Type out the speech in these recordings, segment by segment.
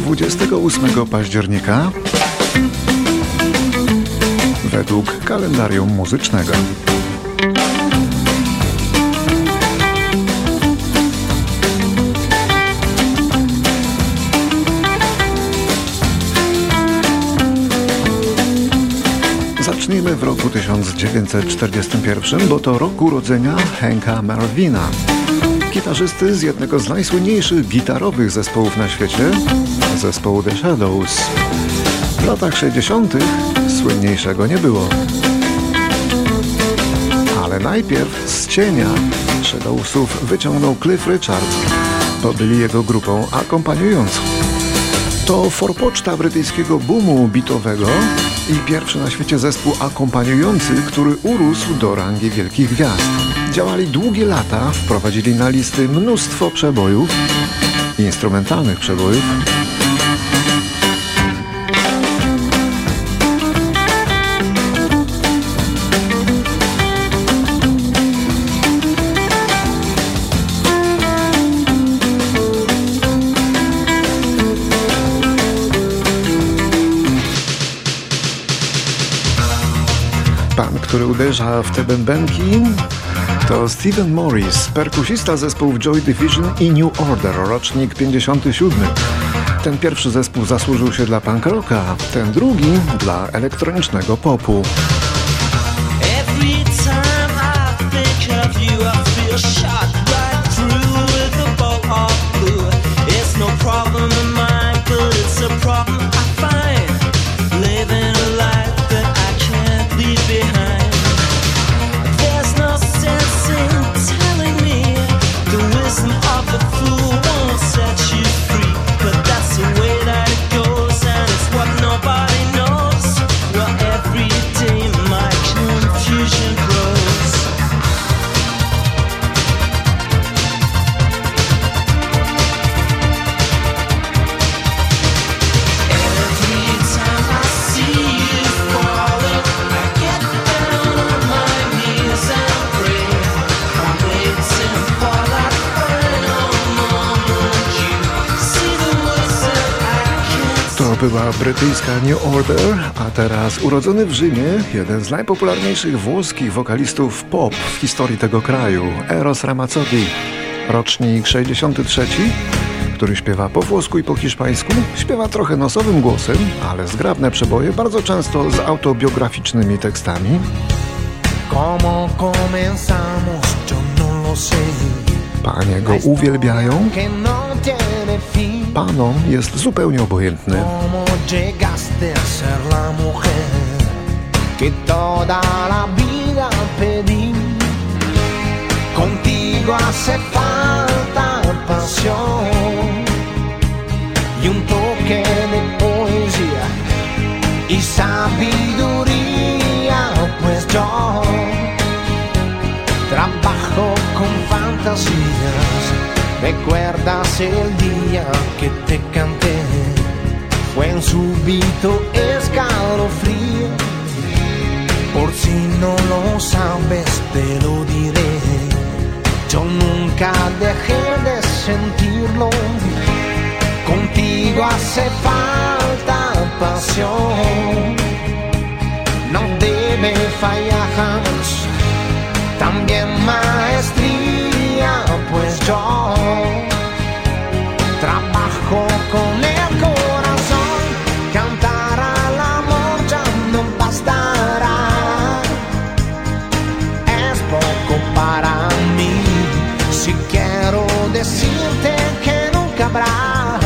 28 października według kalendarium muzycznego. Zacznijmy w roku 1941, bo to rok urodzenia Hanka Marvina, gitarzysty z jednego z najsłynniejszych gitarowych zespołów na świecie, zespołu The Shadows. W latach 60. słynniejszego nie było. Ale najpierw z cienia Shadowsów wyciągnął Cliff Richard, bo byli jego grupą akompaniującą. To forpoczta brytyjskiego boomu beatowego i pierwszy na świecie zespół akompaniujący, który urósł do rangi wielkich gwiazd. Działali długie lata, wprowadzili na listy mnóstwo przebojów, instrumentalnych przebojów. Pan, który uderza w te bębenki, to Stephen Morris, perkusista zespołów Joy Division i New Order, rocznik 57. Ten pierwszy zespół zasłużył się dla punk rocka, ten drugi dla elektronicznego popu. To była brytyjska New Order, a teraz urodzony w Rzymie jeden z najpopularniejszych włoskich wokalistów pop w historii tego kraju, Eros Ramazzotti, rocznik 63, który śpiewa po włosku i po hiszpańsku, śpiewa trochę nosowym głosem, ale zgrabne przeboje, bardzo często z autobiograficznymi tekstami. Panie go uwielbiają, panom jest zupełnie obojętny. Trabajo con fantasías. ¿Recuerdas el día que te canté? Fue un súbito escalofrío. Por si no lo sabes, te lo diré. Yo nunca dejé de sentirlo. Contigo hace falta pasión. No debe fallar jamás. También maestría, pues yo trabajo con el corazón. Cantar al amor ya no bastará. Es poco para mí. Si quiero decirte que nunca habrá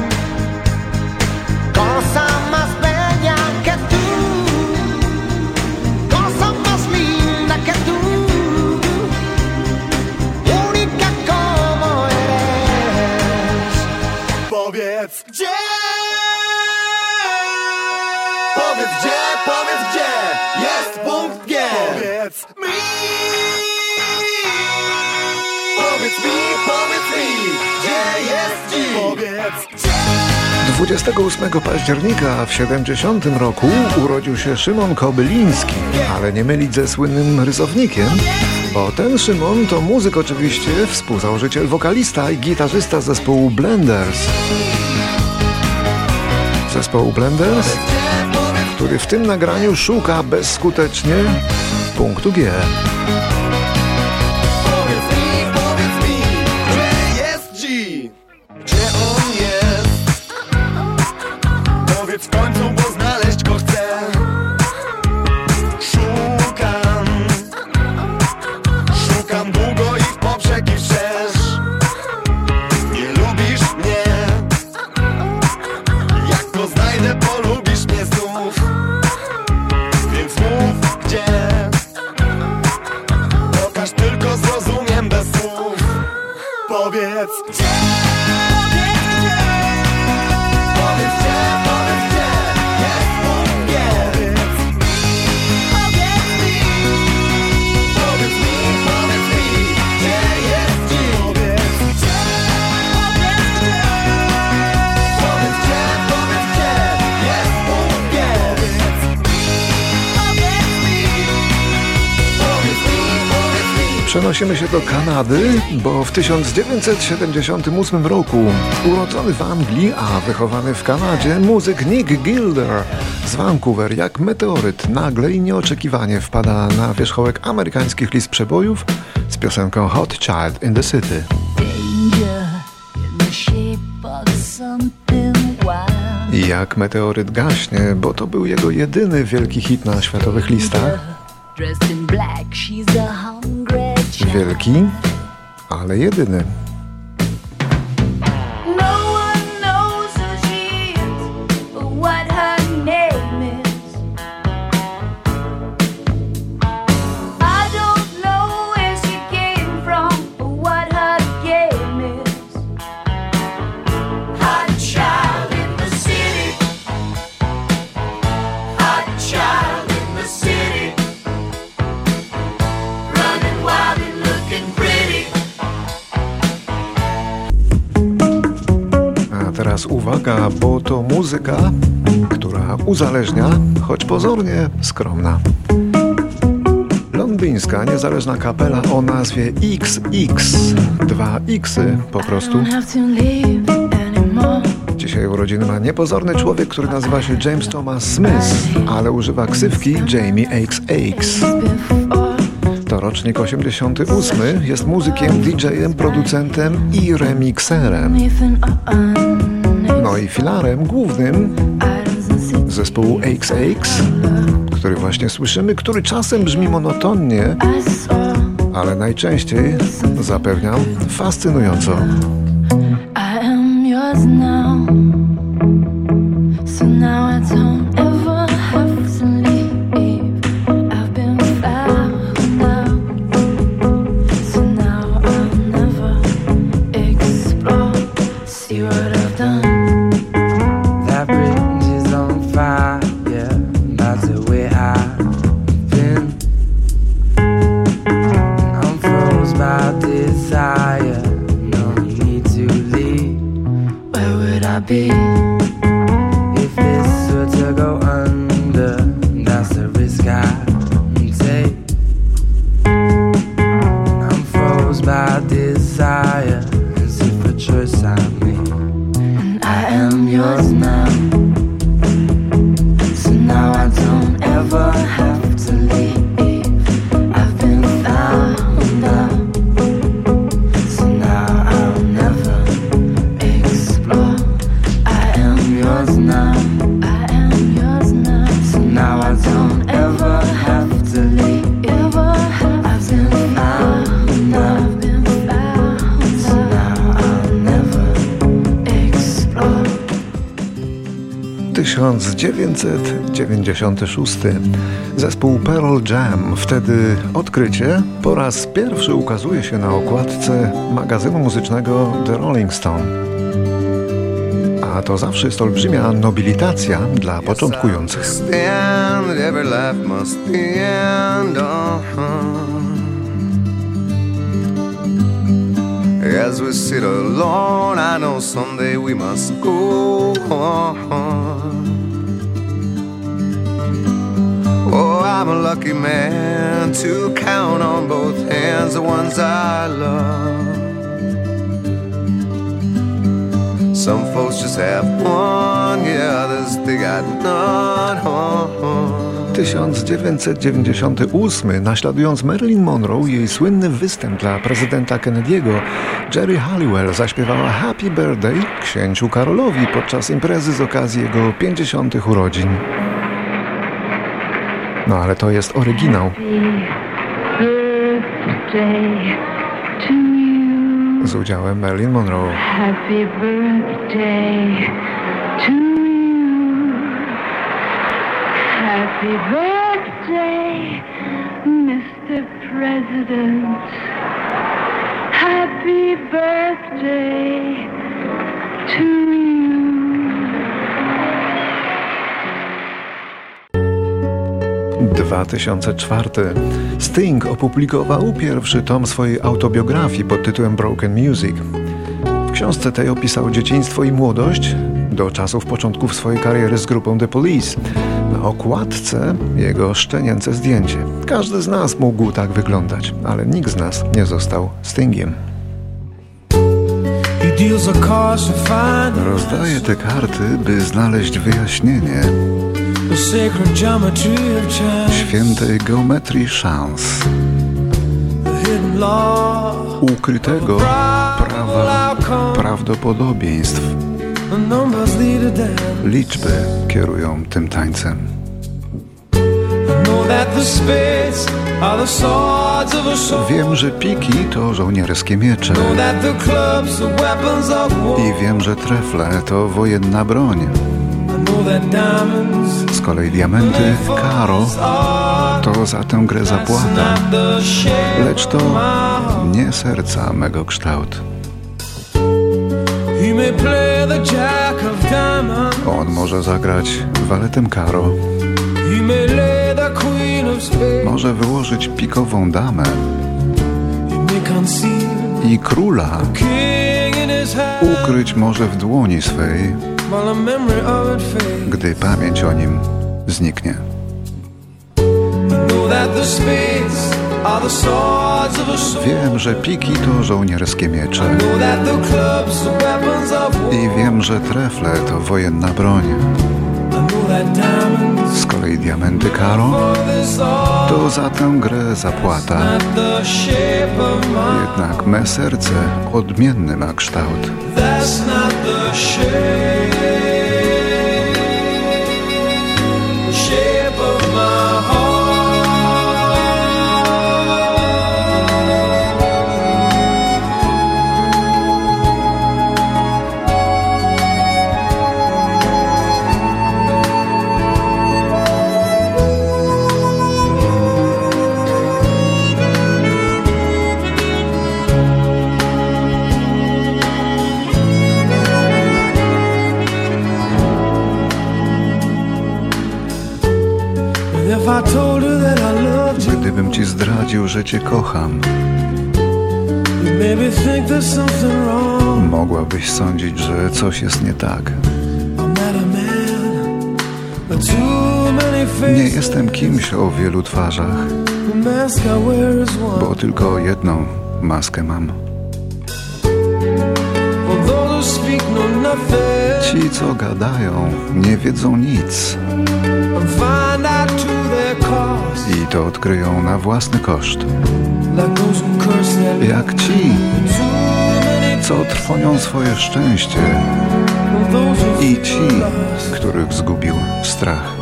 cosa más bella que tú, cosa más linda que tú. Powiedz gdzie, powiedz gdzie jest punkt G. Powiedz mi, gdzie jest dziś. Powiedz gdzie. 28 października w 70 roku urodził się Szymon Kobyliński, ale nie mylić ze słynnym rysownikiem, bo ten Szymon to muzyk oczywiście, współzałożyciel, wokalista i gitarzysta zespołu Blenders. zespołu Blenders, który w tym nagraniu szuka bezskutecznie punktu G. Powiedz mi, gdzie jest G? Gdzie on jest? Powiedz w końcu, bo znaleźć go chcę. Szukam długo i w poprzek i wszerz. Nie lubisz mnie. Jak go znajdę, polubisz mnie znów. Więc mów gdzie. Pokaż, tylko zrozumiem bez słów. Powiedz gdzie. Powiedz gdzie jest punkt G. Powiedz mi, gdzie jest G. Powiedz gdzie jest punkt G. Powiedz mi. Przenosimy się do Kanady, bo w 1978 roku urodzony w Anglii, a wychowany w Kanadzie, muzyk Nick Gilder z Vancouver jak meteoryt nagle i nieoczekiwanie wpada na wierzchołek amerykańskich list przebojów z piosenką Hot Child in the City. I jak meteoryt gaśnie, bo to był jego jedyny wielki hit na światowych listach. Wielki, ale jedyny. Teraz uwaga, bo to muzyka, która uzależnia, choć pozornie skromna. Londyńska, niezależna kapela o nazwie XX. 2 X'y po prostu. Dzisiaj urodziny ma niepozorny człowiek, który nazywa się James Thomas Smith, ale używa ksywki Jamie XX. To rocznik 88, jest muzykiem, DJ-em, producentem i remikserem. No i filarem głównym zespołu XX, który właśnie słyszymy, który czasem brzmi monotonnie, ale najczęściej, zapewniam, fascynująco. If this were to go under, that's the risk I take. I'm froze by desire, as if a choice I made. And I am yours now, so now I don't ever have to leave. I've been found out, so now I'll never explore. Yours now, I am yours now. So now I don't ever have to leave. I've been found, I've been found. So now I'll never explore. 1996. Zespół Pearl Jam. Wtedy odkrycie po raz pierwszy ukazuje się na okładce magazynu muzycznego The Rolling Stone. A to zawsze jest olbrzymia nobilitacja dla początkujących. As we sit alone, I know someday we must go on. Oh, I'm a lucky man to count on both hands the ones I love. Some folks just have one done, yeah, others they got none. 1998, naśladując Marilyn Monroe, jej słynny występ dla prezydenta Kennedy'ego, Jerry Halliwell zaśpiewała Happy Birthday księciu Karolowi podczas imprezy z okazji jego 50. urodzin. No ale to jest oryginał. Z udziałem Marilyn Monroe. Happy birthday to you. Happy birthday, Mr. President. Happy birthday to you. 2004. Sting opublikował pierwszy tom swojej autobiografii pod tytułem Broken Music. W książce tej opisał dzieciństwo i młodość do czasów początków swojej kariery z grupą The Police. Na okładce jego szczenięce zdjęcie. Każdy z nas mógł tak wyglądać, ale nikt z nas nie został Stingiem. Rozdaję te karty, by znaleźć wyjaśnienie świętej geometrii szans, ukrytego prawa prawdopodobieństw. Liczby kierują tym tańcem. Wiem, że piki to żołnierskie miecze i wiem, że trefle to wojenna broń. Z kolei diamenty karo to za tę grę zapłata, lecz to nie serca mego kształt. On może zagrać waletem karo, może wyłożyć pikową damę i króla ukryć może w dłoni swej, gdy pamięć o nim zniknie. Wiem, że piki to żołnierskie miecze i wiem, że trefle to wojenna broń. Z kolei diamenty karo to za tę grę zapłata. Jednak me serce odmienny ma kształt. Gdybym ci zdradził, że cię kocham, mogłabyś sądzić, że coś jest nie tak. Nie jestem kimś o wielu twarzach, bo tylko jedną maskę mam. Ci, co gadają, nie wiedzą nic i to odkryją na własny koszt. Jak ci, co trwonią swoje szczęście i ci, których zgubił strach.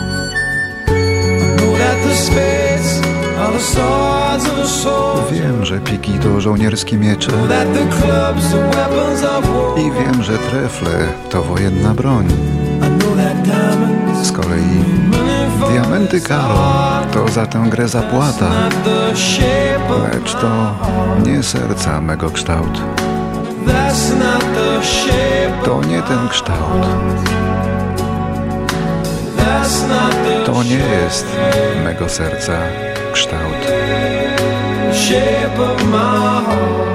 Wiem, że piki to żołnierskie miecze i wiem, że trefle to wojenna broń. Z kolei diamenty karo to za tę grę zapłata, lecz to nie serca mego kształt. To nie ten kształt. To nie jest mego serca kształt.